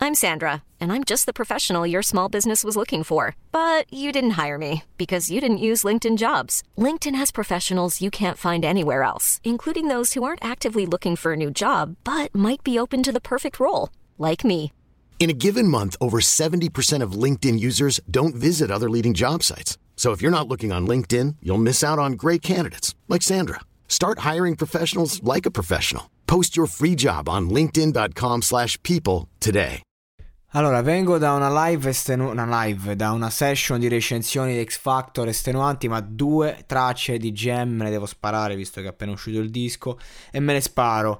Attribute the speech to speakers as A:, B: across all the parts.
A: I'm Sandra, and I'm just the professional your small business was looking for. But you didn't hire me because you didn't use LinkedIn Jobs. LinkedIn has professionals you can't find anywhere else, including those who aren't actively looking for a new job, but might be open to the perfect role, like me.
B: In a given month, over 70% of LinkedIn users don't visit other leading job sites. So if you're not looking on LinkedIn, you'll miss out on great candidates like Sandra. Start hiring professionals like a professional. Post your free job on linkedin.com/people today.
C: Allora, vengo da da una session di recensioni di X Factor estenuanti, ma 2 tracce di Gem me ne devo sparare, visto che è appena uscito il disco, e me ne sparo.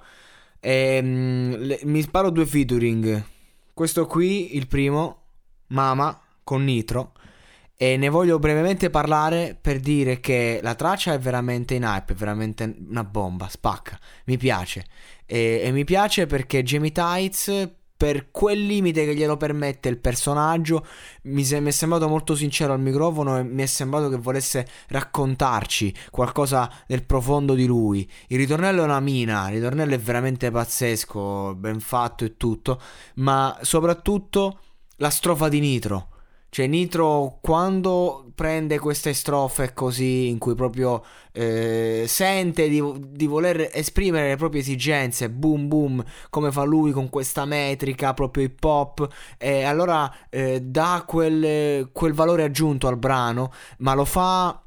C: Mi sparo 2 featuring. Questo qui, il primo, Mama, con Nitro, e ne voglio brevemente parlare per dire che la traccia è veramente in hype, è veramente una bomba, spacca, mi piace. E mi piace perché Jamie Tights, per quel limite che glielo permette il personaggio, mi è sembrato molto sincero al microfono e mi è sembrato che volesse raccontarci qualcosa del profondo di lui. Il ritornello è una mina, il ritornello è veramente pazzesco, ben fatto e tutto, ma soprattutto la strofa di Nitro. Cioè Nitro, quando prende queste strofe così, in cui proprio sente di voler esprimere le proprie esigenze, boom boom, come fa lui con questa metrica proprio hip hop, e allora dà quel valore aggiunto al brano, ma lo fa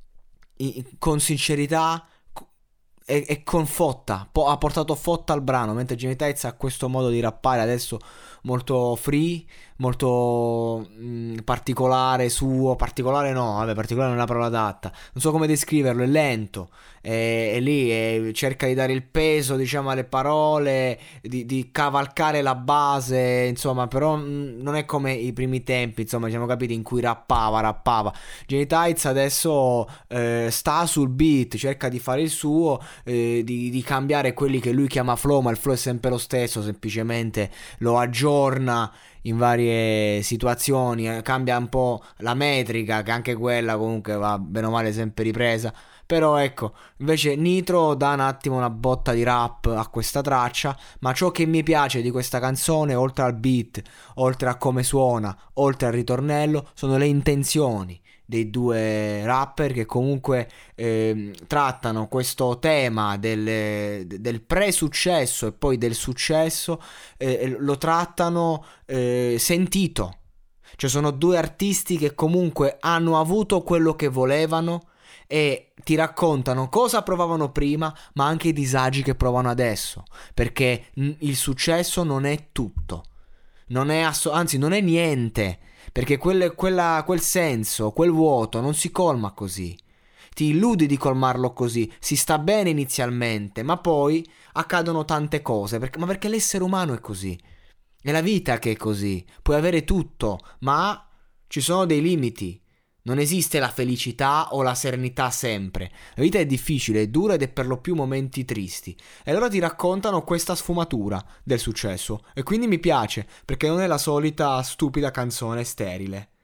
C: con sincerità e con fotta, ha portato fotta al brano, mentre Jamie Tights ha questo modo di rappare adesso molto free, molto particolare suo, particolare no, vabbè, particolare non è la parola adatta, non so come descriverlo, è lento, e lì cerca di dare il peso, diciamo, alle parole, di cavalcare la base, insomma, però non è come i primi tempi, insomma, siamo capiti, in cui rappava. Jamie Tights adesso sta sul beat, cerca di fare il suo, di cambiare quelli che lui chiama flow, ma il flow è sempre lo stesso, semplicemente lo aggiorna in varie situazioni, cambia un po' la metrica, che anche quella comunque va bene o male sempre ripresa. Però ecco, invece Nitro dà un attimo una botta di rap a questa traccia, ma ciò che mi piace di questa canzone, oltre al beat, oltre a come suona, oltre al ritornello, sono le intenzioni dei 2 rapper, che comunque trattano questo tema del pre-successo e poi del successo, lo trattano sentito. Cioè sono 2 artisti che comunque hanno avuto quello che volevano e ti raccontano cosa provavano prima, ma anche i disagi che provano adesso, perché il successo non è tutto, non è anzi non è niente, perché quel senso, quel vuoto non si colma così. Ti illudi di colmarlo così, si sta bene inizialmente, ma poi accadono tante cose, perché l'essere umano è così, è la vita che è così, puoi avere tutto, ma ci sono dei limiti. Non esiste la felicità o la serenità sempre. La vita è difficile, è dura ed è per lo più momenti tristi. E allora ti raccontano questa sfumatura del successo. E quindi mi piace, perché non è la solita stupida canzone sterile.